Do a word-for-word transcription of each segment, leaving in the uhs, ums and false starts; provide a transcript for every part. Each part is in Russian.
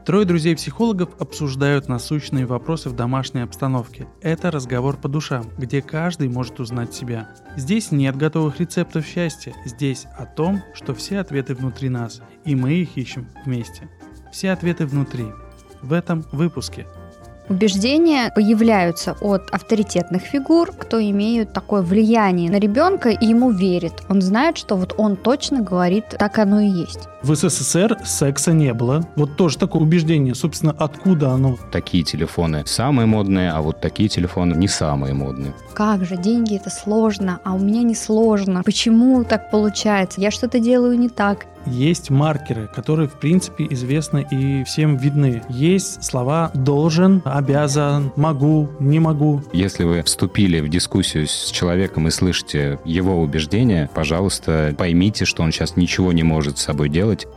Трое друзей-психологов обсуждают насущные вопросы в домашней обстановке. Это разговор по душам, где каждый может узнать себя. Здесь нет готовых рецептов счастья, здесь о том, что все ответы внутри нас, и мы их ищем вместе. Все ответы внутри. В этом выпуске. Убеждения появляются от авторитетных фигур, кто имеют такое влияние на ребенка и ему верит. Он знает, что вот он точно говорит, так оно и есть. В СССР секса не было. Вот тоже такое убеждение. Собственно, откуда оно? Такие телефоны самые модные, а вот такие телефоны не самые модные. Как же, деньги это сложно, а у меня не сложно. Почему так получается? Я что-то делаю не так. Есть маркеры, которые, в принципе, известны и всем видны. Есть слова «должен», «обязан», «могу», «не могу». Если вы вступили в дискуссию с человеком и слышите его убеждения, пожалуйста, поймите, что он сейчас ничего не может с собой делать.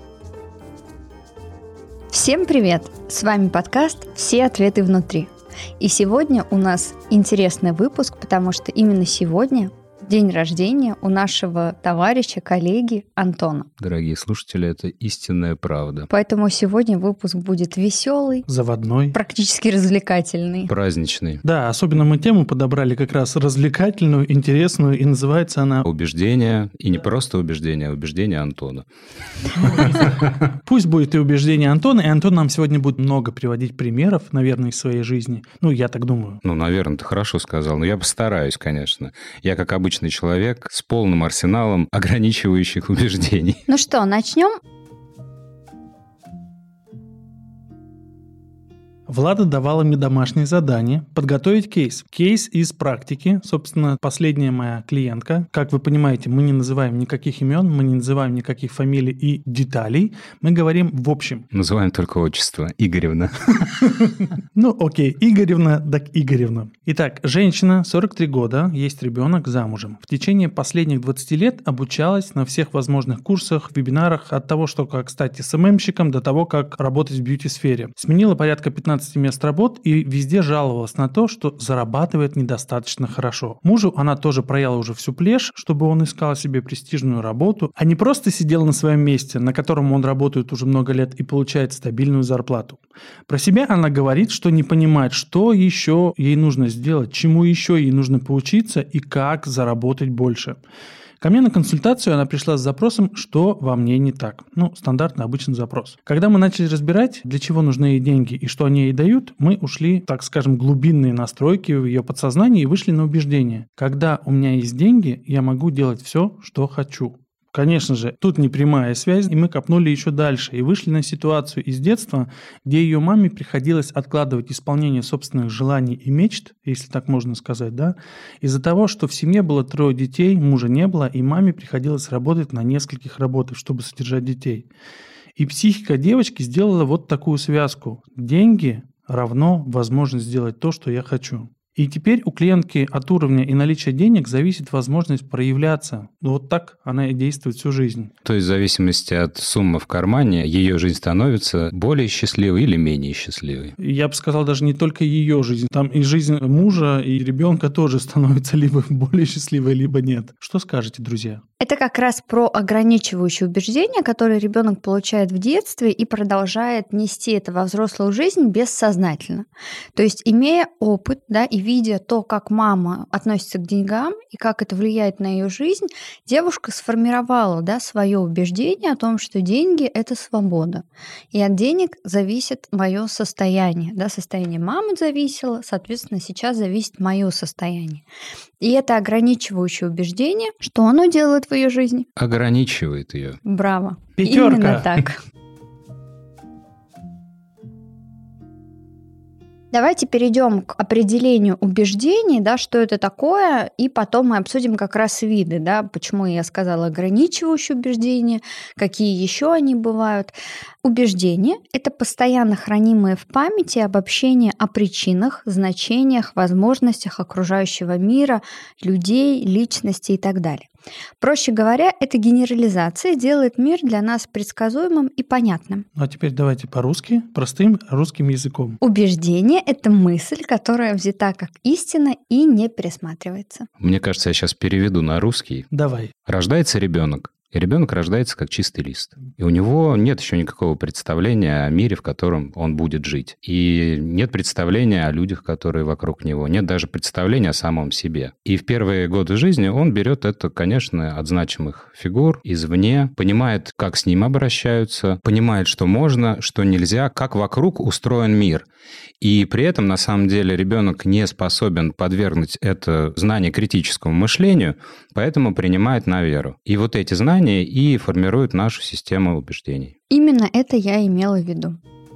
Всем привет! С вами подкаст «Все ответы внутри». И сегодня у нас интересный выпуск, потому что именно сегодня день рождения у нашего товарища, коллеги Антона. Дорогие слушатели, это истинная правда. Поэтому сегодня выпуск будет веселый, заводной, практически развлекательный. Праздничный. Да, особенно мы тему подобрали как раз развлекательную, интересную, и называется она «Убеждения». И не просто убеждения, а убеждения Антона. Пусть будет и убеждение Антона, и Антон нам сегодня будет много приводить примеров, наверное, из своей жизни. Ну, я так думаю. Ну, наверное, ты хорошо сказал, но я постараюсь, конечно. Я, как обычно, человек с полным арсеналом ограничивающих убеждений. Ну что, начнем? Влада давала мне домашнее задание подготовить кейс. Кейс из практики. Собственно, последняя моя клиентка. Как вы понимаете, мы не называем никаких имен, мы не называем никаких фамилий и деталей. Мы говорим в общем. Называем только отчество. Игоревна. Ну, окей. Игоревна, так Игоревна. Итак, женщина, сорок три года, есть ребенок, замужем. В течение последних двадцати лет обучалась на всех возможных курсах, вебинарах, от того, что как стать эс эм эм-щиком, до того, как работать в бьюти-сфере. Сменила порядка пятнадцати мест работ и везде жаловалась на то, что зарабатывает недостаточно хорошо. Мужу она тоже прояла уже всю плешь, чтобы он искал себе престижную работу, а не просто сидел на своем месте, на котором он работает уже много лет и получает стабильную зарплату. Про себя она говорит, что не понимает, что еще ей нужно сделать, чему еще ей нужно поучиться и как заработать больше. Ко мне на консультацию она пришла с запросом, что во мне не так. Ну, стандартный, обычный запрос. Когда мы начали разбирать, для чего нужны ей деньги и что они ей дают, мы ушли, так скажем, глубинные настройки в ее подсознании и вышли на убеждение. Когда у меня есть деньги, я могу делать все, что хочу. Конечно же, тут не прямая связь, и мы копнули еще дальше и вышли на ситуацию из детства, где ее маме приходилось откладывать исполнение собственных желаний и мечт, если так можно сказать, да, из-за того, что в семье было трое детей, мужа не было, и маме приходилось работать на нескольких работах, чтобы содержать детей. И психика девочки сделала вот такую связку. Деньги равно возможность сделать то, что я хочу. И теперь у клиентки от уровня и наличия денег зависит возможность проявляться. Вот так она и действует всю жизнь. То есть в зависимости от суммы в кармане ее жизнь становится более счастливой или менее счастливой? Я бы сказал, даже не только ее жизнь. Там и жизнь мужа, и ребенка тоже становится либо более счастливой, либо нет. Что скажете, друзья? Это как раз про ограничивающие убеждения, которые ребенок получает в детстве и продолжает нести это во взрослую жизнь бессознательно. То есть, имея опыт, да, и видя то, как мама относится к деньгам и как это влияет на ее жизнь, девушка сформировала, да, свое убеждение о том, что деньги – это свобода. И от денег зависит мое состояние. Да, состояние мамы зависело, соответственно, сейчас зависит мое состояние. И это ограничивающее убеждение, что оно делает в ее жизни? Ограничивает ее. Браво. Пятерка. Именно так. Давайте перейдем к определению убеждений, да, что это такое, и потом мы обсудим как раз виды, да, почему я сказала ограничивающие убеждения, какие еще они бывают. Убеждения – это постоянно хранимые в памяти обобщения о причинах, значениях, возможностях окружающего мира, людей, личности и так далее. Проще говоря, эта генерализация делает мир для нас предсказуемым и понятным. Ну, а теперь давайте по-русски, простым русским языком. Убеждение – это мысль, которая взята как истина и не пересматривается. Мне кажется, я сейчас переведу на русский. Давай. Рождается ребенок. И ребенок рождается как чистый лист. И у него нет еще никакого представления о мире, в котором он будет жить. И нет представления о людях, которые вокруг него. Нет даже представления о самом себе. И в первые годы жизни он берет это, конечно, от значимых фигур извне, понимает, как с ним обращаются, понимает, что можно, что нельзя, как вокруг устроен мир. И при этом, на самом деле, ребенок не способен подвергнуть это знание критическому мышлению, поэтому принимает на веру. И вот эти знания и формируют нашу систему убеждений. Именно это я имела в виду.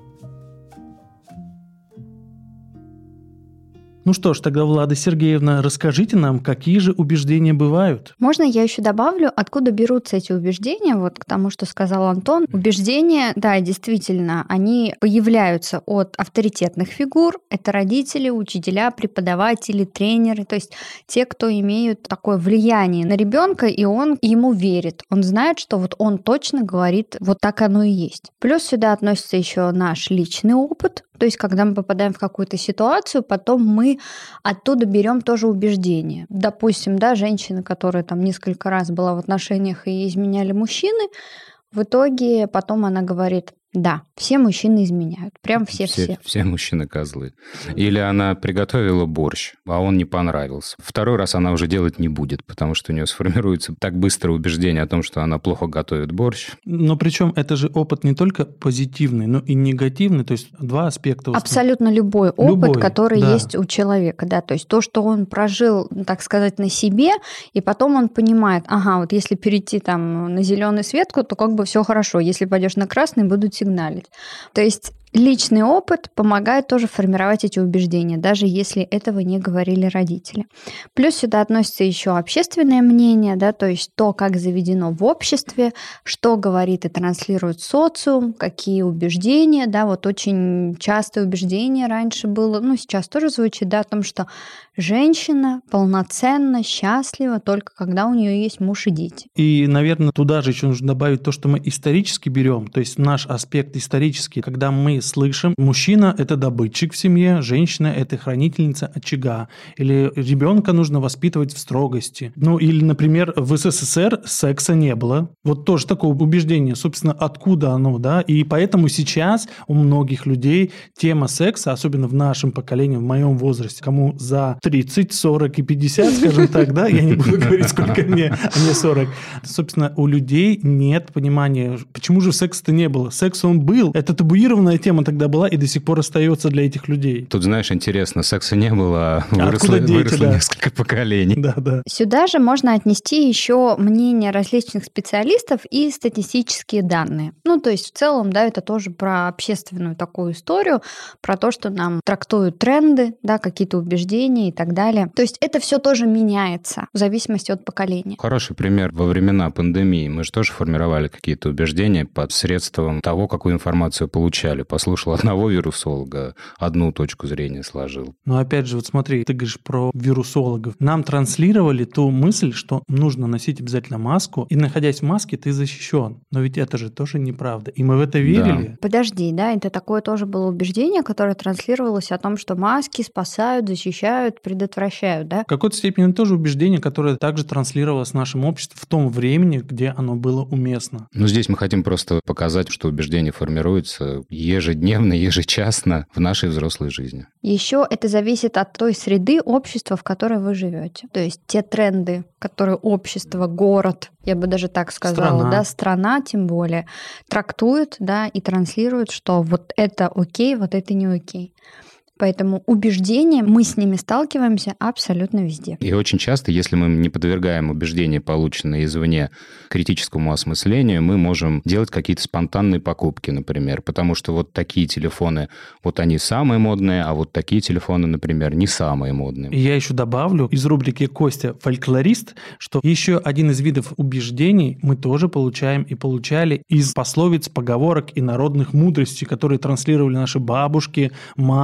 Ну что ж, тогда, Влада Сергеевна, расскажите нам, какие же убеждения бывают? Можно я еще добавлю, откуда берутся эти убеждения, вот к тому, что сказал Антон. Убеждения, да, действительно, они появляются от авторитетных фигур. Это родители, учителя, преподаватели, тренеры, то есть те, кто имеют такое влияние на ребенка, и он ему верит. Он знает, что вот он точно говорит, вот так оно и есть. Плюс сюда относится еще наш личный опыт. То есть, когда мы попадаем в какую-то ситуацию, потом мы оттуда берем тоже убеждения. Допустим, да, женщина, которая там несколько раз была в отношениях и изменяли мужчины, в итоге потом она говорит: да, все мужчины изменяют. Прям все-все. Все, все мужчины козлы. Или она приготовила борщ, а он не понравился. Второй раз она уже делать не будет, потому что у нее сформируется так быстро убеждение о том, что она плохо готовит борщ. Но причем это же опыт не только позитивный, но и негативный, то есть два аспекта. Абсолютно любой опыт, любой, который да. есть у человека. Да, то есть то, что он прожил, так сказать, на себе, и потом он понимает, ага, вот если перейти там на зеленый свет, то как бы все хорошо. Если пойдешь на красный, будут сигналить. То есть личный опыт помогает тоже формировать эти убеждения, даже если этого не говорили родители. Плюс сюда относится еще общественное мнение, да, то есть то, как заведено в обществе, что говорит и транслирует социум, какие убеждения, да, вот очень частое убеждение раньше было, ну, сейчас тоже звучит, да, о том, что женщина полноценно счастлива только когда у нее есть муж и дети. И, наверное, туда же еще нужно добавить то, что мы исторически берем, то есть наш аспект исторический, когда мы слышим, мужчина – это добытчик в семье, женщина – это хранительница очага, или ребенка нужно воспитывать в строгости. Ну, или, например, в СССР секса не было. Вот тоже такое убеждение, собственно, откуда оно, да, и поэтому сейчас у многих людей тема секса, особенно в нашем поколении, в моем возрасте, кому за тридцать, сорок и пятьдесят, скажем так, да, я не буду говорить, сколько мне, а мне сорок. Собственно, у людей нет понимания, почему же секса-то не было. Секс он был, это табуированная тема тогда была и до сих пор остается для этих людей. Тут, знаешь, интересно, секса не было, а выросло, дети, выросло да. несколько поколений. Да, да. Сюда же можно отнести еще мнение различных специалистов и статистические данные. Ну, то есть в целом, да, это тоже про общественную такую историю, про то, что нам трактуют тренды, да, какие-то убеждения и так далее. То есть это все тоже меняется в зависимости от поколения. Хороший пример. Во времена пандемии мы же тоже формировали какие-то убеждения под средством того, какую информацию получали. Послушал одного вирусолога, одну точку зрения сложил. Но опять же, вот смотри, ты говоришь про вирусологов. Нам транслировали ту мысль, что нужно носить обязательно маску, и находясь в маске, ты защищен. Но ведь это же тоже неправда. И мы в это верили. Да. Подожди, да, это такое тоже было убеждение, которое транслировалось о том, что маски спасают, защищают, предотвращают, да? В какой-то степени это тоже убеждение, которое также транслировалось нашим обществом в том времени, где оно было уместно. Ну, здесь мы хотим просто показать, что убеждение формируется ежедневно, ежечасно в нашей взрослой жизни. Еще это зависит от той среды общества, в которой вы живете. То есть те тренды, которые общество, город, я бы даже так сказала, страна. да, страна тем более, трактует, да, и транслирует, что вот это окей, вот это не окей. Поэтому убеждения, мы с ними сталкиваемся абсолютно везде. И очень часто, если мы не подвергаем убеждения, полученные извне, критическому осмыслению, мы можем делать какие-то спонтанные покупки, например, потому что вот такие телефоны, вот они самые модные, а вот такие телефоны, например, не самые модные. И я еще добавлю из рубрики «Костя фольклорист», что еще один из видов убеждений мы тоже получаем и получали из пословиц, поговорок и народных мудростей, которые транслировали наши бабушки, мамы,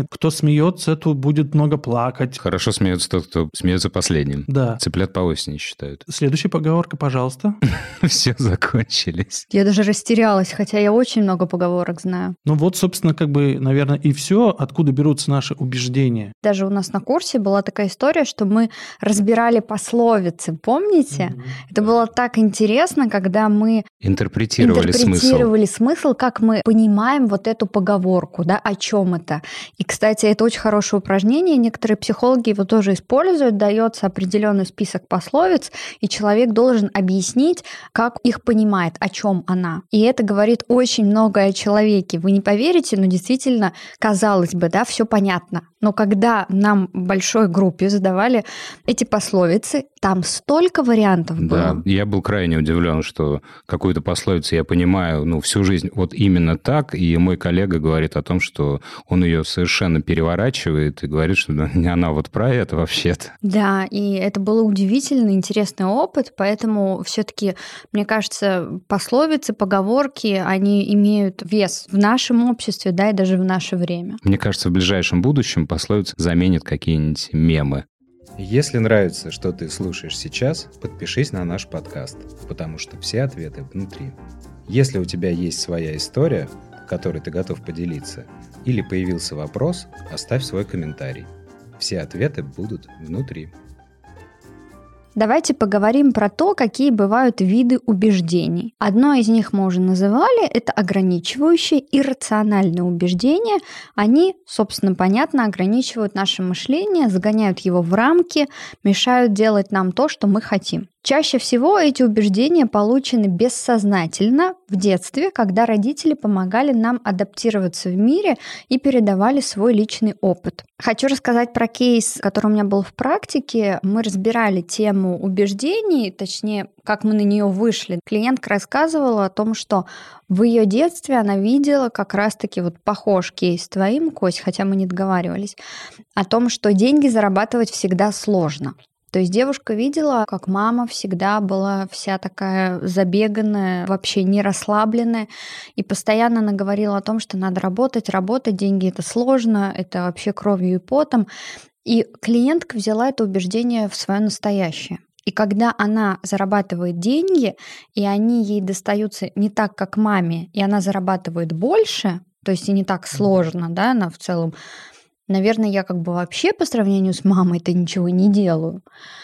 Кто смеется, тот будет много плакать. Хорошо смеется тот, кто смеется последним. Да. Цыплят по осени считают. Следующая поговорка, пожалуйста. Все закончились. Я даже растерялась, хотя я очень много поговорок знаю. Ну вот, собственно, как бы, наверное, и все, откуда берутся наши убеждения. Даже у нас на курсе была такая история, что мы разбирали пословицы, помните? Mm-hmm. Это было так интересно, когда мы интерпретировали, интерпретировали смысл. смысл, как мы понимаем вот эту поговорку, да, о чем это. И, кстати, это очень хорошее упражнение, некоторые психологи его тоже используют, дается определенный список пословиц, и человек должен объяснить, как их понимает, о чем она. И это говорит очень многое о человеке. Вы не поверите, но действительно, казалось бы, да, все понятно. Но когда нам в большой группе задавали эти пословицы, там столько вариантов было. Да, я был крайне удивлен, что какую-то пословицу я понимаю, ну, всю жизнь вот именно так, и мой коллега говорит о том, что он ее совершенно переворачивает и говорит, что не она вот про это вообще-то. Да, и это был удивительный, интересный опыт, поэтому все-таки, мне кажется, пословицы, поговорки, они имеют вес в нашем обществе, да, и даже в наше время. Мне кажется, в ближайшем будущем пословицы заменят какие-нибудь мемы. Если нравится, что ты слушаешь сейчас, подпишись на наш подкаст, потому что все ответы внутри. Если у тебя есть своя история, которой ты готов поделиться, или появился вопрос, оставь свой комментарий. Все ответы будут внутри. Давайте поговорим про то, какие бывают виды убеждений. Одно из них мы уже называли, это ограничивающие иррациональные убеждения. Они, собственно, понятно, ограничивают наше мышление, загоняют его в рамки, мешают делать нам то, что мы хотим. Чаще всего эти убеждения получены бессознательно в детстве, когда родители помогали нам адаптироваться в мире и передавали свой личный опыт. Хочу рассказать про кейс, который у меня был в практике. Мы разбирали тему убеждений, точнее, как мы на нее вышли. Клиентка рассказывала о том, что в ее детстве она видела как раз-таки вот похож кейс с твоим, Кость, хотя мы не договаривались, о том, что деньги зарабатывать всегда сложно. То есть девушка видела, как мама всегда была вся такая забеганная, вообще не расслабленная, и постоянно она говорила о том, что надо работать, работать, деньги это сложно, это вообще кровью и потом. И клиентка взяла это убеждение в свое настоящее. И когда она зарабатывает деньги, и они ей достаются не так, как маме, и она зарабатывает больше, то есть и не так сложно, да, она в целом, наверное, я как бы вообще по сравнению с мамой-то ничего не делаю.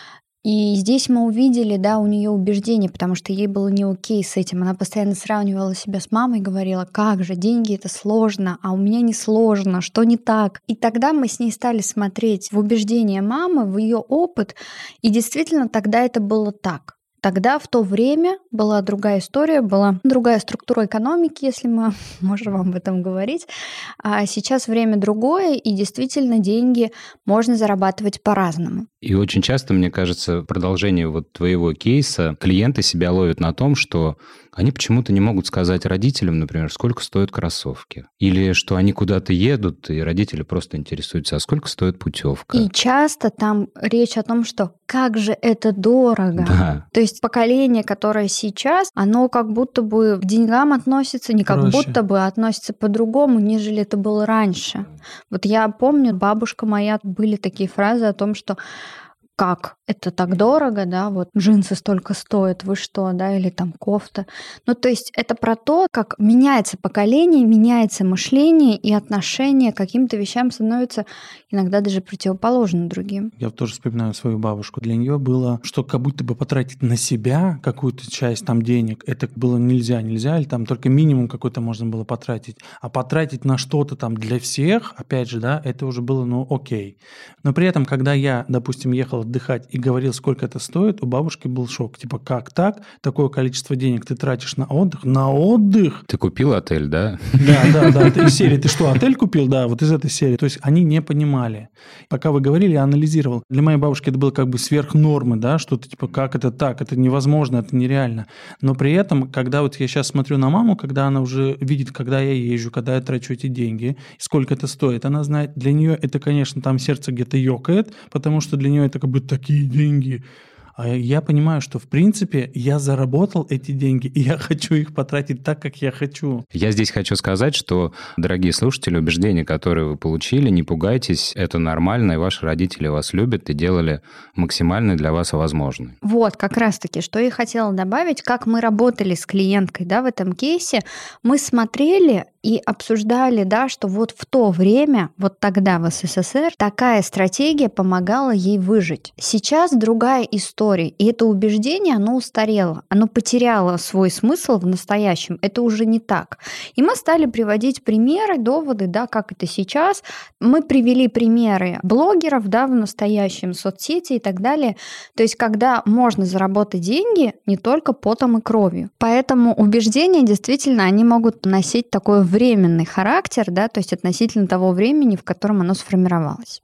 И здесь мы увидели, да, у нее убеждение, потому что ей было не окей с этим. Она постоянно сравнивала себя с мамой, говорила, как же, деньги это сложно, а у меня не сложно, что не так. И тогда мы с ней стали смотреть в убеждения мамы, в ее опыт, и действительно тогда это было так. Тогда в то время была другая история, была другая структура экономики, если мы можем об этом говорить. А сейчас время другое, и действительно деньги можно зарабатывать по-разному. И очень часто, мне кажется, в продолжении вот твоего кейса клиенты себя ловят на том, что они почему-то не могут сказать родителям, например, сколько стоят кроссовки. Или что они куда-то едут, и родители просто интересуются, а сколько стоит путевка. И часто там речь о том, что как же это дорого. Да. То есть поколение, которое сейчас, оно как будто бы к деньгам относится, не как Проще. будто бы относится по-другому, нежели это было раньше. Вот я помню, бабушка моя, были такие фразы о том, что как это так дорого, да, вот джинсы столько стоят, вы что, да, или там кофта. Ну, то есть это про то, как меняется поколение, меняется мышление, и отношение к каким-то вещам становится иногда даже противоположно другим. Я тоже вспоминаю свою бабушку. Для нее было, что как будто бы потратить на себя какую-то часть там денег, это было нельзя, нельзя, или там только минимум какой-то можно было потратить. А потратить на что-то там для всех, опять же, да, это уже было, ну, окей. Но при этом, когда я, допустим, ехал отдыхать и говорил, сколько это стоит, у бабушки был шок. Типа, как так? Такое количество денег ты тратишь на отдых? На отдых? Ты купил отель, да? Да, да, да. Ты из серии, ты что, отель купил? Да, вот из этой серии. То есть они не понимали. Пока вы говорили, я анализировал. Для моей бабушки это было как бы сверх нормы, да, что-то типа, как это так? Это невозможно, это нереально. Но при этом, когда вот я сейчас смотрю на маму, когда она уже видит, когда я езжу, когда я трачу эти деньги, сколько это стоит, она знает, для нее это, конечно, там сердце где-то ёкает, потому что для нее это как бы такие деньги. А я понимаю, что, в принципе, я заработал эти деньги, и я хочу их потратить так, как я хочу. Я здесь хочу сказать, что, дорогие слушатели, убеждения, которые вы получили, не пугайтесь, это нормально, и ваши родители вас любят и делали максимально для вас возможное. Вот, как раз-таки, что я хотела добавить, как мы работали с клиенткой, да, в этом кейсе, мы смотрели и обсуждали, да, что вот в то время, вот тогда в СССР, такая стратегия помогала ей выжить. Сейчас другая история, и это убеждение, оно устарело, оно потеряло свой смысл в настоящем, это уже не так. И мы стали приводить примеры, доводы, да, как это сейчас. Мы привели примеры блогеров, да, в настоящем, соцсети и так далее. То есть, когда можно заработать деньги не только потом и кровью. Поэтому убеждения действительно, они могут носить такой временный характер, да, то есть относительно того времени, в котором оно сформировалось.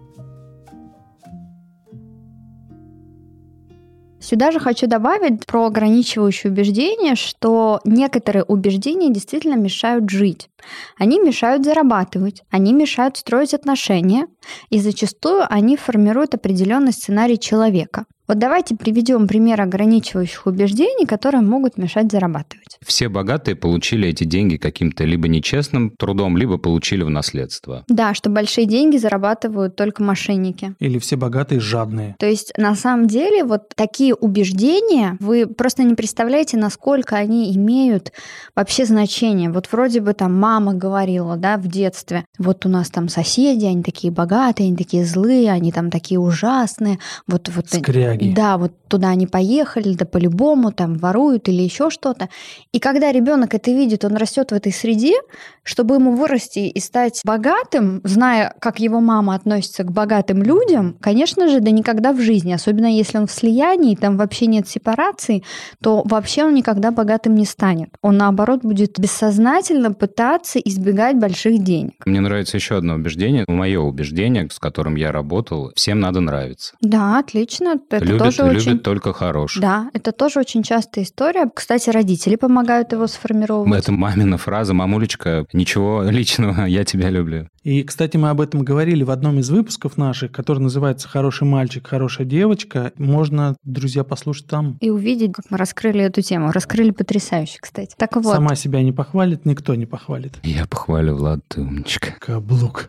Сюда же хочу добавить про ограничивающие убеждения, что некоторые убеждения действительно мешают жить. Они мешают зарабатывать, они мешают строить отношения, и зачастую они формируют определенный сценарий человека. Вот давайте приведем пример ограничивающих убеждений, которые могут мешать зарабатывать. Все богатые получили эти деньги каким-то либо нечестным трудом, либо получили в наследство. Да, что большие деньги зарабатывают только мошенники. Или все богатые жадные. То есть, на самом деле, вот такие убеждения, вы просто не представляете, насколько они имеют вообще значение. Вот вроде бы там мама говорила, да, в детстве, вот у нас там соседи, они такие богатые, они такие злые, они там такие ужасные. Вот, вот, скряги. Да, вот туда они поехали, да по-любому там воруют или еще что-то. И когда ребенок это видит, он растет в этой среде, чтобы ему вырасти и стать богатым, зная, как его мама относится к богатым людям, конечно же, да никогда в жизни, особенно если он в слиянии, там вообще нет сепарации, то вообще он никогда богатым не станет. Он, наоборот, будет бессознательно пытаться избегать больших денег. Мне нравится еще одно убеждение, мое убеждение, с которым я работал, всем надо нравиться. Да, отлично. Это любят, тоже любят очень... только хороших. Да, это тоже очень частая история. Кстати, родители помогают его сформировать. Это мамина фраза: «Мамулечка, ничего личного, я тебя люблю». И, кстати, мы об этом говорили в одном из выпусков наших, который называется «Хороший мальчик, хорошая девочка». Можно, друзья, послушать там. И увидеть, как мы раскрыли эту тему. Раскрыли потрясающе, кстати. Так вот. Сама себя не похвалит, никто не похвалит. Я похвалю, Влад, ты умничка. Каблук.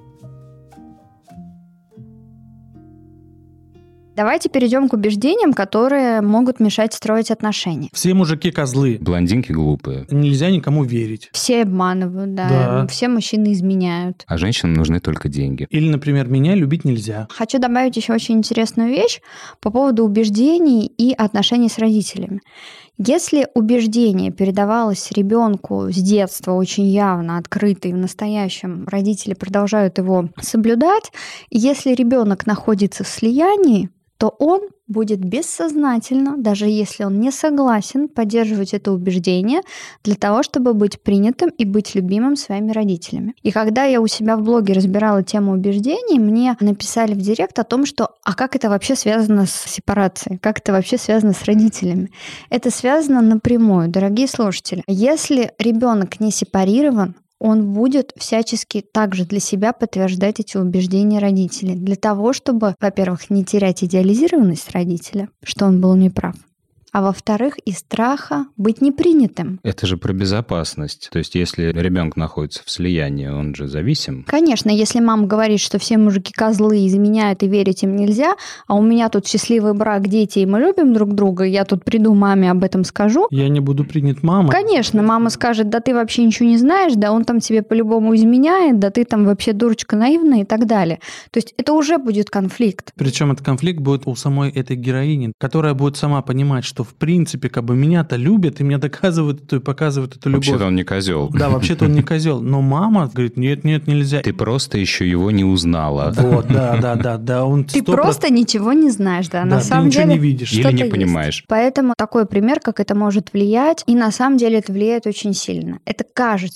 Давайте перейдем к убеждениям, которые могут мешать строить отношения. Все мужики козлы. Блондинки глупые. Нельзя никому верить. Все обманывают, да. Да. Все мужчины изменяют. А женщинам нужны только деньги. Или, например, меня любить нельзя. Хочу добавить еще очень интересную вещь по поводу убеждений и отношений с родителями. Если убеждение передавалось ребенку с детства очень явно, открыто и в настоящем, родители продолжают его соблюдать, и если ребенок находится в слиянии, то он будет бессознательно, даже если он не согласен, поддерживать это убеждение для того, чтобы быть принятым и быть любимым своими родителями. И когда я у себя в блоге разбирала тему убеждений, мне написали в директ о том, что а как это вообще связано с сепарацией, как это вообще связано с родителями. Это связано напрямую, дорогие слушатели. Если ребенок не сепарирован, он будет всячески также для себя подтверждать эти убеждения родителей, для того, чтобы, во-первых, не терять идеализированность родителя, что он был неправ, а во-вторых, из страха быть непринятым. Это же про безопасность. То есть, если ребенок находится в слиянии, он же зависим. Конечно, если мама говорит, что все мужики козлы, изменяют и верить им нельзя, а у меня тут счастливый брак, дети, и мы любим друг друга, я тут приду маме об этом скажу. Я не буду принят мамой. Конечно, мама скажет, да ты вообще ничего не знаешь, да он там тебе по-любому изменяет, да ты там вообще дурочка наивная и так далее. То есть это уже будет конфликт. Причем этот конфликт будет у самой этой героини, которая будет сама понимать, что в принципе, как бы меня-то любят, и мне доказывают это и показывают эту любовь. Вообще-то он не козел. Да, вообще-то он не козел. Но мама говорит, нет, нет, нельзя. Ты просто еще его не узнала. Вот, да, да, да, да. Он ты просто ничего не знаешь, да, да на самом ты ничего деле. Не видишь. Или не есть. понимаешь. Поэтому такой пример, как это может влиять, и на самом деле это влияет очень сильно. Это кажется, что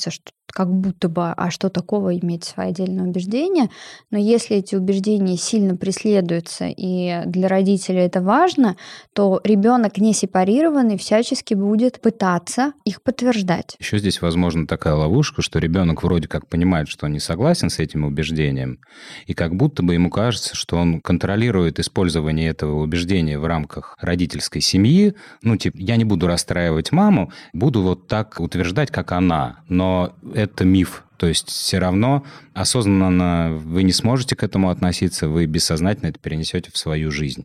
как будто бы, а что такого иметь свои отдельные убеждения, но если эти убеждения сильно преследуются и для родителей это важно, то ребенок не сепарированный всячески будет пытаться их подтверждать. Еще здесь, возможно, такая ловушка, что ребенок вроде как понимает, что он не согласен с этим убеждением, и как будто бы ему кажется, что он контролирует использование этого убеждения в рамках родительской семьи. Ну, типа, я не буду расстраивать маму, буду вот так утверждать, как она. Но это миф. То есть все равно осознанно вы не сможете к этому относиться, вы бессознательно это перенесете в свою жизнь.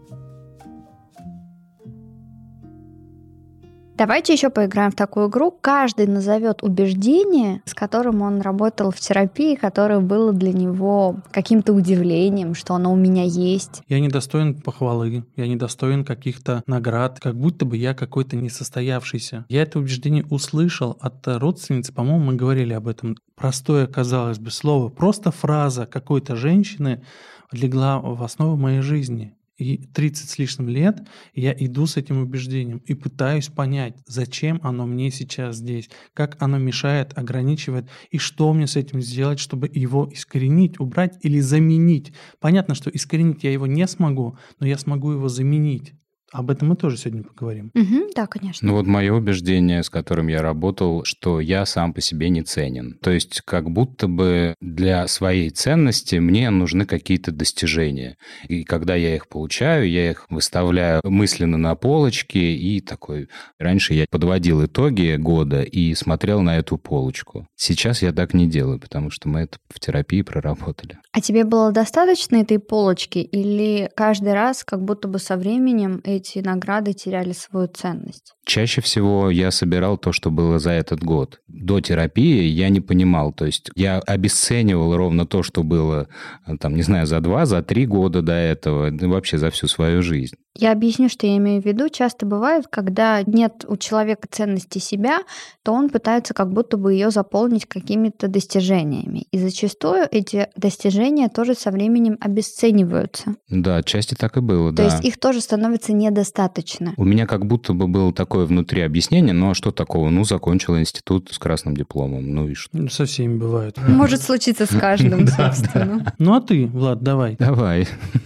Давайте еще поиграем в такую игру. Каждый назовет убеждение, с которым он работал в терапии, которое было для него каким-то удивлением, что оно у меня есть. Я недостоин похвалы, я недостоин каких-то наград, как будто бы я какой-то несостоявшийся. Я это убеждение услышал от родственницы, по-моему, мы говорили об этом. Простое, казалось бы, слово, просто фраза какой-то женщины легла в основу моей жизни. И тридцать с лишним лет я иду с этим убеждением и пытаюсь понять, зачем оно мне сейчас здесь, как оно мешает, ограничивает, и что мне с этим сделать, чтобы его искоренить, убрать или заменить. Понятно, что искоренить я его не смогу, но я смогу его заменить. Об этом мы тоже сегодня поговорим. Угу, да, конечно. Ну вот мое убеждение, с которым я работал, что я сам по себе не ценен. То есть как будто бы для своей ценности мне нужны какие-то достижения. И когда я их получаю, я их выставляю мысленно на полочке и такой... Раньше я подводил итоги года и смотрел на эту полочку. Сейчас я так не делаю, потому что мы это в терапии проработали. А тебе было достаточно этой полочки или каждый раз как будто бы со временем эти награды теряли свою ценность? Чаще всего я собирал то, что было за этот год. До терапии я не понимал. То есть я обесценивал ровно то, что было, там, не знаю, за два, за три года до этого, да вообще за всю свою жизнь. Я объясню, что я имею в виду. Часто бывает, когда нет у человека ценности себя, то он пытается как будто бы ее заполнить какими-то достижениями. И зачастую эти достижения тоже со временем обесцениваются. Да, отчасти так и было, То да. То есть их тоже становится недостаточно. У меня как будто бы было такое внутри объяснение, но что такого? Ну, закончил институт с красным дипломом, ну и что? Со всеми бывает. Может случиться с каждым, собственно. Ну а ты, Влад, давай. Давай.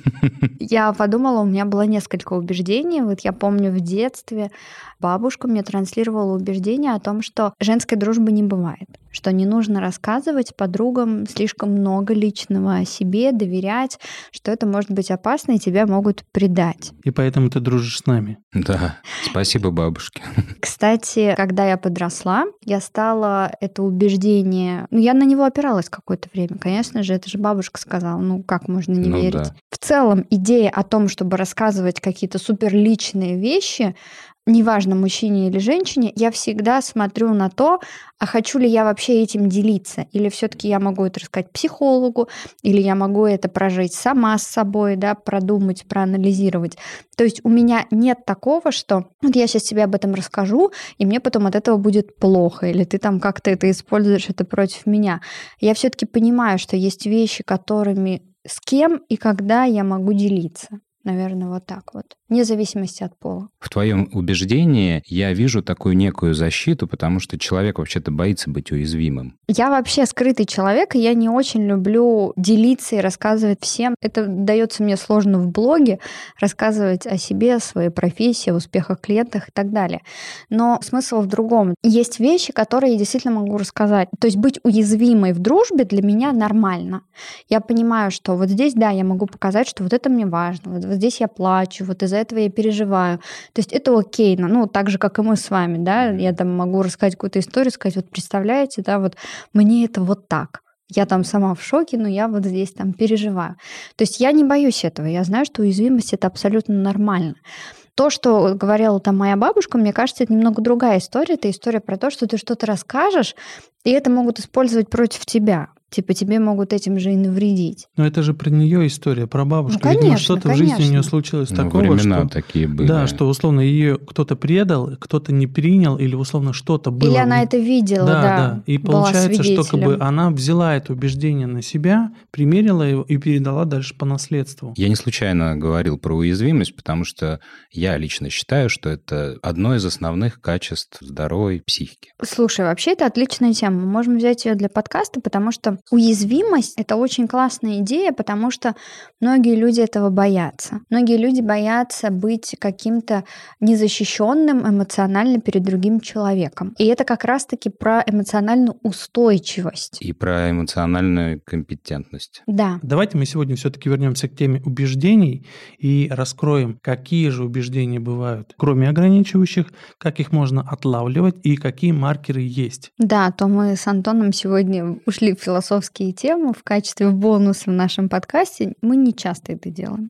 Я подумала, у меня было несколько убеждений. Вот я помню в детстве бабушка мне транслировала убеждение о том, что женской дружбы не бывает, что не нужно рассказывать подругам слишком много личного о себе, доверять, что это может быть опасно и тебя могут предать. И поэтому ты дружишь с нами. Да, спасибо бабушке. Кстати, когда я подросла, я стала это убеждение... Ну, я на него опиралась какое-то время. Конечно же, это же бабушка сказала. Ну, как можно не Ну, верить? да. В целом, идея о том, чтобы рассказывать какие-то суперличные вещи, неважно, мужчине или женщине, я всегда смотрю на то, а хочу ли я вообще этим делиться, или все-таки я могу это рассказать психологу, или я могу это прожить сама с собой, да, продумать, проанализировать. То есть у меня нет такого, что вот я сейчас тебе об этом расскажу, и мне потом от этого будет плохо, или ты там как-то это используешь, это против меня. Я все-таки понимаю, что есть вещи, которыми с кем и когда я могу делиться. Наверное, вот так вот. Вне зависимости от пола. В твоем убеждении я вижу такую некую защиту, потому что человек вообще-то боится быть уязвимым. Я вообще скрытый человек, и я не очень люблю делиться и рассказывать всем. Это дается мне сложно в блоге, рассказывать о себе, о своей профессии, о успехах клиентах и так далее. Но смысл в другом. Есть вещи, которые я действительно могу рассказать. То есть быть уязвимой в дружбе для меня нормально. Я понимаю, что вот здесь, да, я могу показать, что вот это мне важно, вот, вот здесь я плачу, вот из-за этого я переживаю. То есть это окей, ну, так же, как и мы с вами, да, я там могу рассказать какую-то историю, сказать, вот представляете, да, вот мне это вот так. Я там сама в шоке, но я вот здесь там переживаю. То есть я не боюсь этого, я знаю, что уязвимость — это абсолютно нормально. То, что говорила там моя бабушка, мне кажется, это немного другая история. Это история про то, что ты что-то расскажешь, и это могут использовать против тебя. Типа тебе могут этим же и навредить. Но это же про нее история, про бабушку. Ну, конечно, Видимо, что-то конечно. в жизни у нее случилось Ну, такого, времена что... такие были. Да, что условно ее кто-то предал, кто-то не принял, или условно что-то было. Или она это видела, да. да. Да, и была получается, что как бы свидетелем. она взяла это убеждение на себя, примерила его и передала дальше по наследству. Я не случайно говорил про уязвимость, потому что я лично считаю, что это одно из основных качеств здоровой психики. Слушай, вообще это отличная тема. Мы можем взять ее для подкаста, потому что уязвимость — это очень классная идея, потому что многие люди этого боятся. Многие люди боятся быть каким-то незащищенным эмоционально перед другим человеком. И это как раз-таки про эмоциональную устойчивость. И про эмоциональную компетентность. Да. Давайте мы сегодня все-таки вернемся к теме убеждений и раскроем, какие же убеждения бывают, кроме ограничивающих, как их можно отлавливать и какие маркеры есть. Да, то мы с Антоном сегодня ушли в философские темы в качестве бонуса в нашем подкасте. Мы не часто это делаем.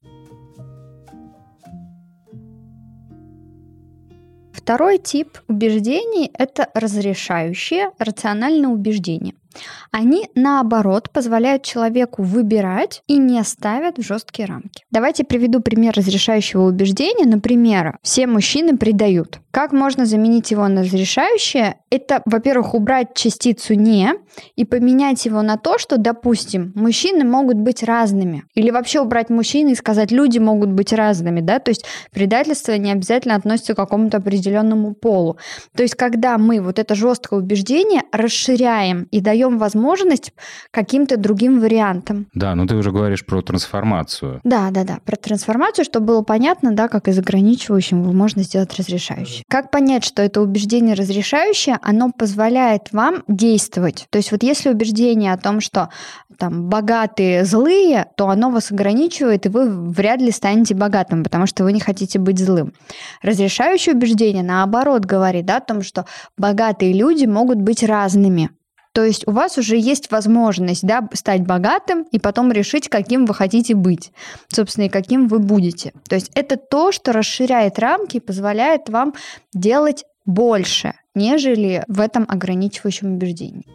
Второй тип убеждений – это разрешающие рациональные убеждения. Они, наоборот, позволяют человеку выбирать и не ставят в жесткие рамки. Давайте приведу пример разрешающего убеждения. Например, все мужчины предают. Как можно заменить его на разрешающее? Это, во-первых, убрать частицу «не» и поменять его на то, что, допустим, мужчины могут быть разными. Или вообще убрать мужчины и сказать, люди могут быть разными. Да? То есть предательство не обязательно относится к какому-то определенному полу. То есть когда мы вот это жесткое убеждение расширяем и даем возможность каким-то другим вариантам. Да, ну ты уже говоришь про трансформацию. Да, да, да, про трансформацию, чтобы было понятно, да, как из ограничивающего можно сделать разрешающее. Как понять, что это убеждение разрешающее, оно позволяет вам действовать. То есть вот если убеждение о том, что там богатые злые, то оно вас ограничивает, и вы вряд ли станете богатым, потому что вы не хотите быть злым. Разрешающее убеждение, наоборот, говорит, да, о том, что богатые люди могут быть разными. То есть у вас уже есть возможность, да, стать богатым и потом решить, каким вы хотите быть, собственно, и каким вы будете. То есть это то, что расширяет рамки и позволяет вам делать больше, нежели в этом ограничивающем убеждении.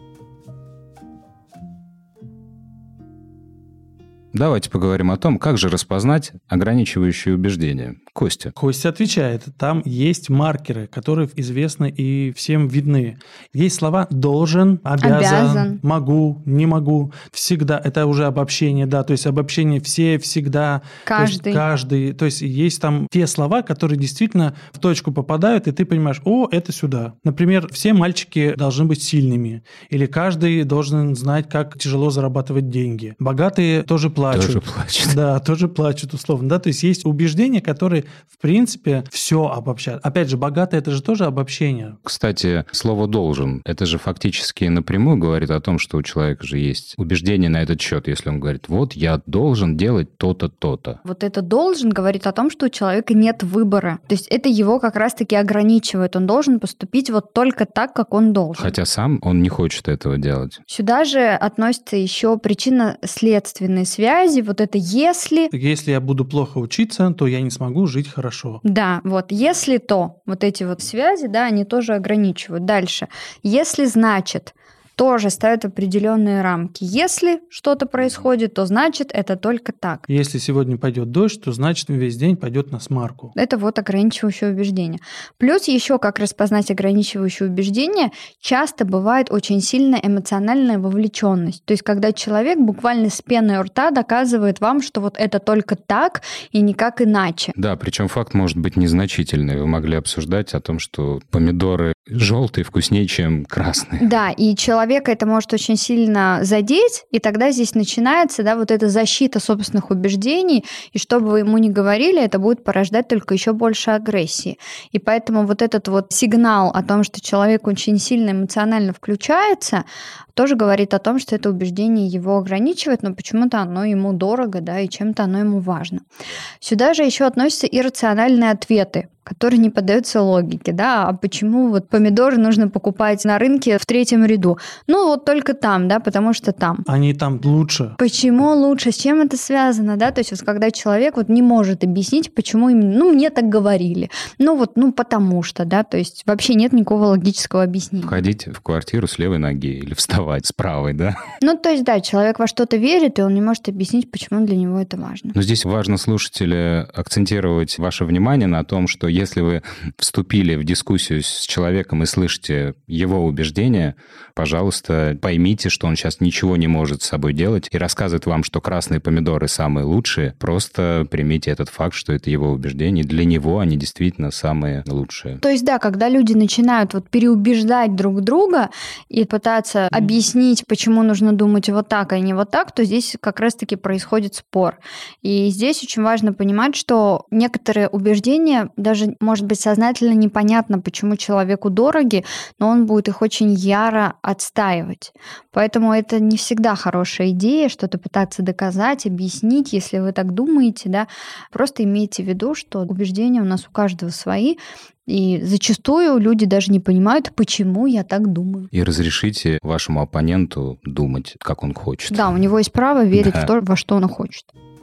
Давайте поговорим о том, как же распознать ограничивающие убеждения. Костя. Костя отвечает. Там есть маркеры, которые известны и всем видны. Есть слова «должен», «обязан», Обязан. «могу», «не могу». Всегда. Это уже обобщение, да. То есть обобщение «все», «всегда». Каждый. То есть каждый. То есть есть там те слова, которые действительно в точку попадают, и ты понимаешь, о, это сюда. Например, все мальчики должны быть сильными. Или каждый должен знать, как тяжело зарабатывать деньги. Богатые тоже плачут. Тоже плачут. Да, тоже плачут, условно. Да? То есть есть убеждения, которые, в принципе, все обобщают. Опять же, богатые – это же тоже обобщение. Кстати, слово «должен» – это же фактически напрямую говорит о том, что у человека же есть убеждение на этот счет. Если он говорит, вот я должен делать то-то, то-то. Вот это «должен» говорит о том, что у человека нет выбора. То есть это его как раз-таки ограничивает. Он должен поступить вот только так, как он должен. Хотя сам он не хочет этого делать. Сюда же относится еще причинно-следственные связи. Вот это «если». Если я буду плохо учиться, то я не смогу жить хорошо. Да, вот «если то». Вот эти вот связи, да, они тоже ограничивают. Дальше. «Если значит». Тоже ставят определенные рамки. Если что-то происходит, то значит это только так. Если сегодня пойдет дождь, то значит весь день пойдет на смарку. Это вот ограничивающее убеждение. Плюс еще, как распознать ограничивающее убеждение, часто бывает очень сильная эмоциональная вовлеченность. То есть, когда человек буквально с пеной у рта доказывает вам, что вот это только так и никак иначе. Да, причем факт может быть незначительный. Вы могли обсуждать о том, что помидоры желтые вкуснее, чем красные. Да, и человек это может очень сильно задеть, и тогда здесь начинается, да, вот эта защита собственных убеждений, и что бы вы ему ни говорили, это будет порождать только еще больше агрессии. И поэтому вот этот вот сигнал о том, что человек очень сильно эмоционально включается, тоже говорит о том, что это убеждение его ограничивает, но почему-то оно ему дорого, да, и чем-то оно ему важно. Сюда же еще относятся иррациональные ответы. который не поддается логике, да, а почему вот помидоры нужно покупать на рынке в третьем ряду? Ну, вот только там, да, потому что там. Они там лучше. Почему лучше? С чем это связано, да? То есть вот когда человек вот не может объяснить, почему именно, ну, мне так говорили, ну, вот, ну, потому что, да, то есть вообще нет никакого логического объяснения. Входить в квартиру с левой ноги или вставать с правой, да? Ну, то есть, да, человек во что-то верит, и он не может объяснить, почему для него это важно. Но здесь важно, слушатели, акцентировать ваше внимание на том, что если вы вступили в дискуссию с человеком и слышите его убеждения, пожалуйста, поймите, что он сейчас ничего не может с собой делать и рассказывает вам, что красные помидоры самые лучшие. Просто примите этот факт, что это его убеждение. Для него они действительно самые лучшие. То есть, да, когда люди начинают вот переубеждать друг друга и пытаться объяснить, почему нужно думать вот так, а не вот так, то здесь как раз-таки происходит спор. И здесь очень важно понимать, что некоторые убеждения даже, может быть, сознательно непонятно, почему человеку дороги, но он будет их очень яро отстаивать. Поэтому это не всегда хорошая идея, что-то пытаться доказать, объяснить, если вы так думаете, да. Просто имейте в виду, что убеждения у нас у каждого свои, и зачастую люди даже не понимают, почему я так думаю. И разрешите вашему оппоненту думать, как он хочет. Да, у него есть право верить да. в то, во что он хочет.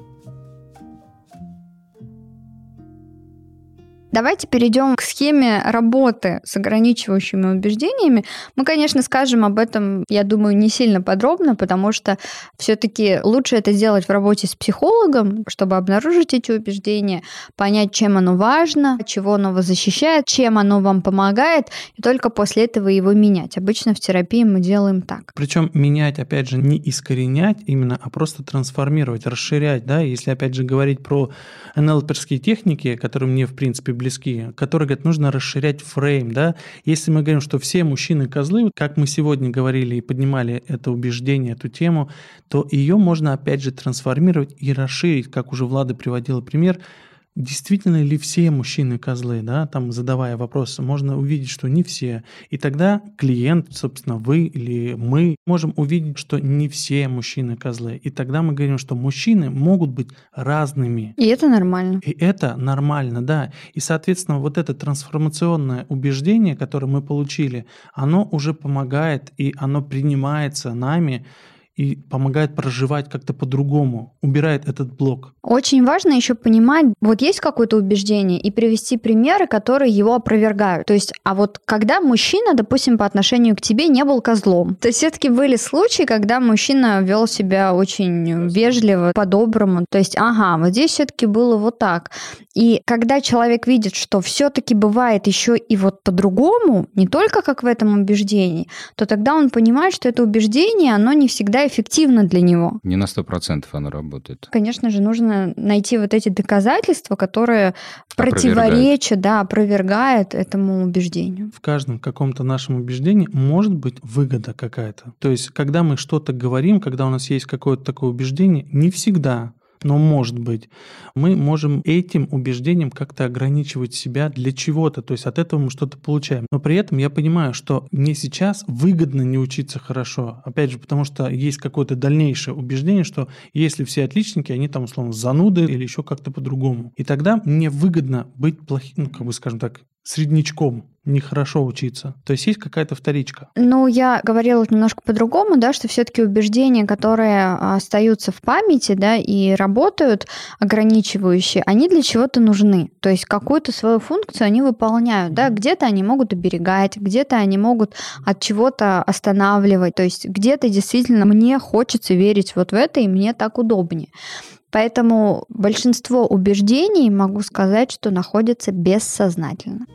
Давайте перейдем к схеме работы с ограничивающими убеждениями. Мы, конечно, скажем об этом, я думаю, не сильно подробно, потому что все-таки лучше это сделать в работе с психологом, чтобы обнаружить эти убеждения, понять, чем оно важно, чего оно вас защищает, чем оно вам помогает, и только после этого его менять. Обычно в терапии мы делаем так. Причем менять, опять же, не искоренять именно, а просто трансформировать, расширять. Да? Если, опять же, говорить про эн эл перские техники, которые мне, в принципе, близки, которые говорят, нужно расширять фрейм, да. Если мы говорим, что все мужчины козлы, как мы сегодня говорили и поднимали это убеждение, эту тему, то ее можно опять же трансформировать и расширить, как уже Влада приводила пример. Действительно ли все мужчины козлы, да, там задавая вопросы, можно увидеть, что не все. И тогда клиент, собственно, вы или мы можем увидеть, что не все мужчины козлы. И тогда мы говорим, что мужчины могут быть разными. И это нормально. И это нормально, да. И, соответственно, вот это трансформационное убеждение, которое мы получили, оно уже помогает, и оно принимается нами, и помогает проживать как-то по-другому, убирает этот блок. Очень важно еще понимать, вот есть какое-то убеждение, и привести примеры, которые его опровергают. То есть, а вот когда мужчина, допустим, по отношению к тебе не был козлом, то есть все-таки были случаи, когда мужчина вел себя очень вежливо, по-доброму. То есть, ага, вот здесь все-таки было вот так. И когда человек видит, что все-таки бывает еще и вот по-другому, не только как в этом убеждении, то тогда он понимает, что это убеждение, оно не всегда эффективно для него. Не на сто процентов оно работает. Конечно же, нужно найти вот эти доказательства, которые противоречат, да, опровергают этому убеждению. В каждом каком-то нашем убеждении может быть выгода какая-то. То есть, когда мы что-то говорим, когда у нас есть какое-то такое убеждение, не всегда, но может быть, мы можем этим убеждением как-то ограничивать себя для чего-то, то есть от этого мы что-то получаем. Но при этом я понимаю, что мне сейчас выгодно не учиться хорошо, опять же, потому что есть какое-то дальнейшее убеждение, что если все отличники, они там условно зануды или еще как-то по-другому. И тогда мне выгодно быть плохим, ну, как бы, скажем так, среднячком, нехорошо учиться. То есть есть какая-то вторичка. Ну, я говорила немножко по-другому, да, что все-таки убеждения, которые остаются в памяти, да, и работают ограничивающие, они для чего-то нужны. То есть какую-то свою функцию они выполняют, да, где-то они могут оберегать, где-то они могут от чего-то останавливать. То есть где-то действительно мне хочется верить вот в это, и мне так удобнее. Поэтому большинство убеждений, могу сказать, что находятся бессознательно.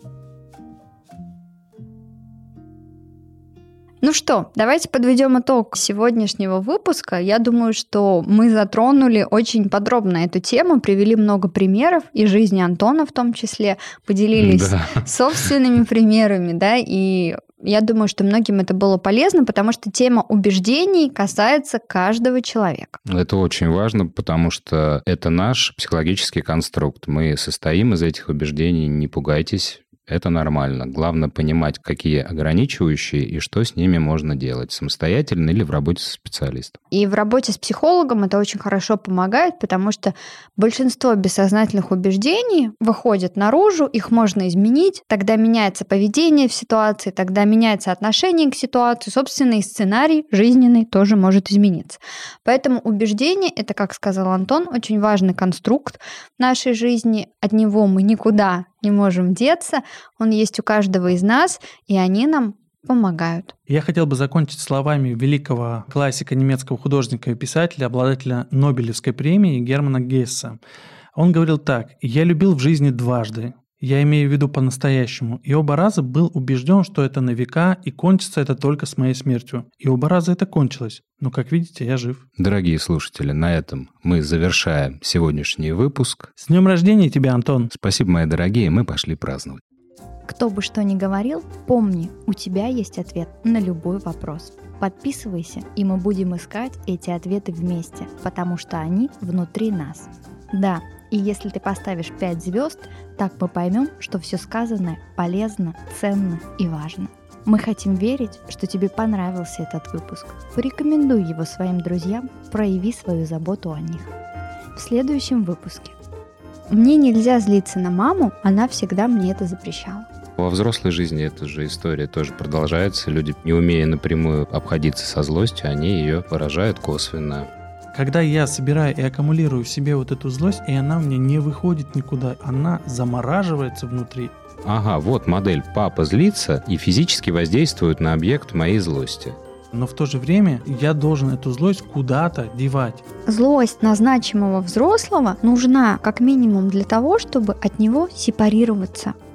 Ну что, давайте подведем итог сегодняшнего выпуска. Я думаю, что мы затронули очень подробно эту тему, привели много примеров, и жизни Антона в том числе, поделились да. собственными примерами, да, и я думаю, что многим это было полезно, потому что тема убеждений касается каждого человека. Это очень важно, потому что это наш психологический конструкт. Мы состоим из этих убеждений, не пугайтесь. Это нормально. Главное понимать, какие ограничивающие и что с ними можно делать, самостоятельно или в работе со специалистом. И в работе с психологом это очень хорошо помогает, потому что большинство бессознательных убеждений выходят наружу, их можно изменить, тогда меняется поведение в ситуации, тогда меняется отношение к ситуации, собственно, и сценарий жизненный тоже может измениться. Поэтому убеждение — это, как сказал Антон, очень важный конструкт нашей жизни, от него мы никуда не можем деться, он есть у каждого из нас, и они нам помогают. Я хотел бы закончить словами великого классика немецкого художника и писателя, обладателя Нобелевской премии Германа Гесса. Он говорил так: «Я любил в жизни дважды. Я имею в виду по-настоящему. И оба раза был убежден, что это на века, и кончится это только с моей смертью. И оба раза это кончилось. Но, как видите, я жив». Дорогие слушатели, на этом мы завершаем сегодняшний выпуск. С днем рождения тебя, Антон! Спасибо, мои дорогие, мы пошли праздновать. Кто бы что ни говорил, помни, у тебя есть ответ на любой вопрос. Подписывайся, и мы будем искать эти ответы вместе, потому что они внутри нас. Да, и если ты поставишь пять звезд, так мы поймем, что все сказанное полезно, ценно и важно. Мы хотим верить, что тебе понравился этот выпуск. Порекомендуй его своим друзьям, прояви свою заботу о них. В следующем выпуске. Мне нельзя злиться на маму, она всегда мне это запрещала. Во взрослой жизни эта же история тоже продолжается. Люди, не умея напрямую обходиться со злостью, они ее выражают косвенно. Когда я собираю и аккумулирую в себе вот эту злость, и она мне не выходит никуда, она замораживается внутри. Ага, вот модель. Папа злится и физически воздействует на объект моей злости. Но в то же время я должен эту злость куда-то девать. Злость на значимого взрослого нужна как минимум для того, чтобы от него сепарироваться.